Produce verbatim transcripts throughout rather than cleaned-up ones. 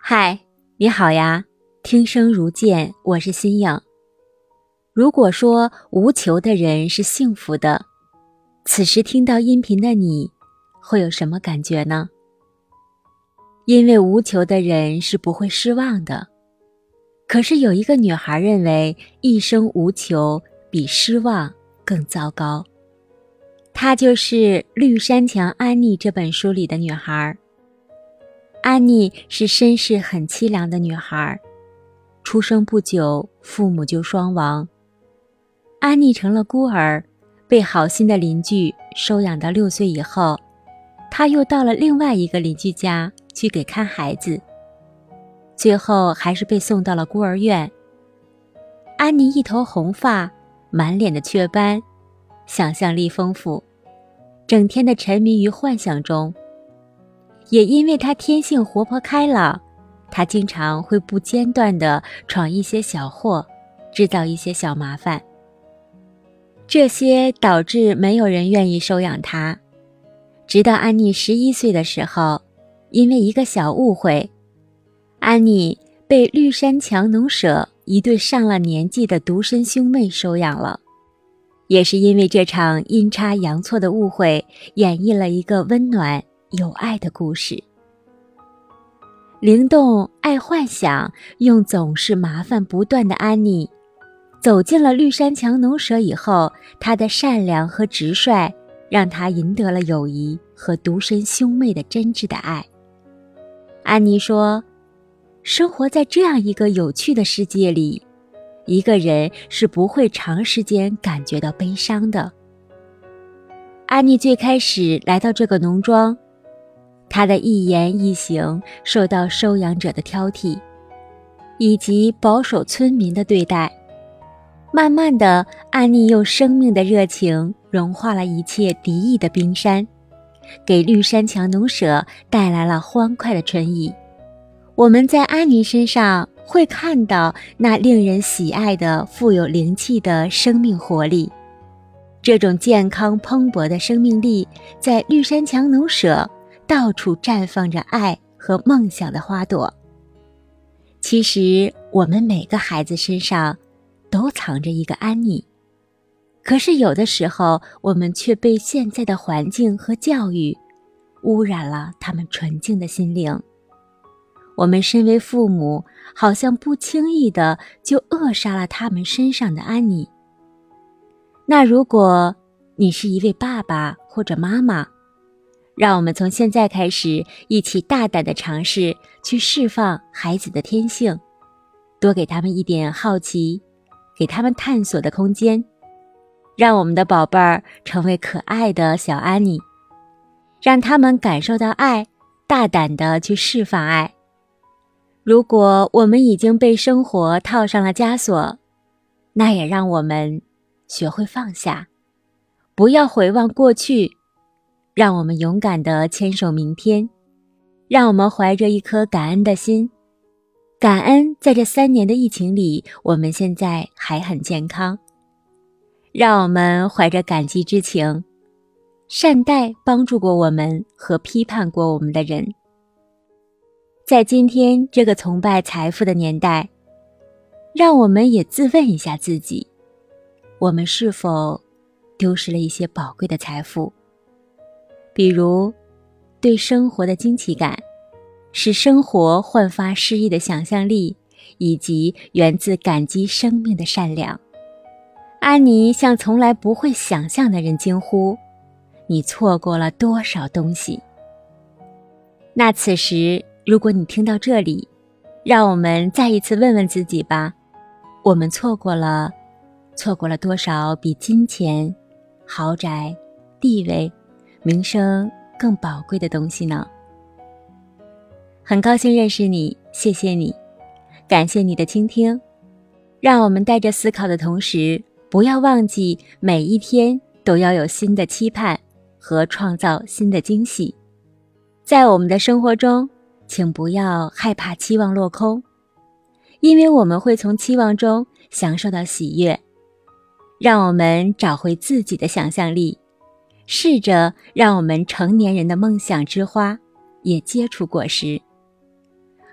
嗨，你好呀，听声如见，我是新颖。如果说无求的人是幸福的，此时听到音频的你，会有什么感觉呢？因为无求的人是不会失望的。可是有一个女孩认为一生无求比失望更糟糕。她就是《绿山墙安妮》这本书里的女孩。安妮是身世很凄凉的女孩，出生不久，父母就双亡。安妮成了孤儿，被好心的邻居收养到六岁以后，她又到了另外一个邻居家去给看孩子，最后还是被送到了孤儿院。安妮一头红发，满脸的雀斑，想象力丰富，整天的沉迷于幻想中。也因为她天性活泼开朗，她经常会不间断地闯一些小祸，制造一些小麻烦。这些导致没有人愿意收养她。直到安妮十一岁的时候，因为一个小误会，安妮被绿山墙农舍一对上了年纪的独生兄妹收养了。也是因为这场阴差阳错的误会，演绎了一个温暖有爱的故事。灵动爱幻想，又总是麻烦不断的安妮，走进了绿山墙农舍以后，她的善良和直率让她赢得了友谊和独生兄妹的真挚的爱。安妮说，生活在这样一个有趣的世界里，一个人是不会长时间感觉到悲伤的。安妮最开始来到这个农庄，她的一言一行受到收养者的挑剔，以及保守村民的对待。慢慢的，安妮用生命的热情融化了一切敌意的冰山，给绿山墙农舍带来了欢快的春意。我们在安妮身上会看到那令人喜爱的富有灵气的生命活力。这种健康蓬勃的生命力，在绿山墙农舍到处绽放着爱和梦想的花朵。其实我们每个孩子身上都藏着一个安妮，可是有的时候我们却被现在的环境和教育污染了他们纯净的心灵。我们身为父母，好像不轻易的就扼杀了他们身上的安妮。那如果你是一位爸爸或者妈妈，让我们从现在开始一起大胆地尝试去释放孩子的天性，多给他们一点好奇，给他们探索的空间，让我们的宝贝儿成为可爱的小安妮，让他们感受到爱，大胆地去释放爱。如果我们已经被生活套上了枷锁，那也让我们学会放下，不要回望过去，让我们勇敢地牵手明天，让我们怀着一颗感恩的心，感恩在这三年的疫情里，我们现在还很健康。让我们怀着感激之情，善待帮助过我们和批判过我们的人。在今天这个崇拜财富的年代，让我们也自问一下自己，我们是否丢失了一些宝贵的财富？比如对生活的惊奇感，使生活焕发诗意的想象力，以及源自感激生命的善良。安妮向从来不会想象的人惊呼，你错过了多少东西。那此时如果你听到这里，让我们再一次问问自己吧，我们错过了错过了多少比金钱、豪宅、地位、名声更宝贵的东西呢？很高兴认识你，谢谢你，感谢你的倾听。让我们带着思考的同时，不要忘记每一天都要有新的期盼和创造新的惊喜。在我们的生活中，请不要害怕期望落空，因为我们会从期望中享受到喜悦。让我们找回自己的想象力，试着让我们成年人的梦想之花也结出果实。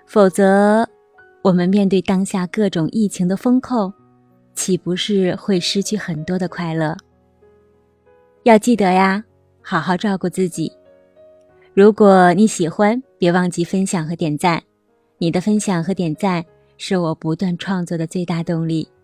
否则，我们面对当下各种疫情的风控，岂不是会失去很多的快乐？要记得呀，好好照顾自己。如果你喜欢，别忘记分享和点赞。你的分享和点赞是我不断创作的最大动力。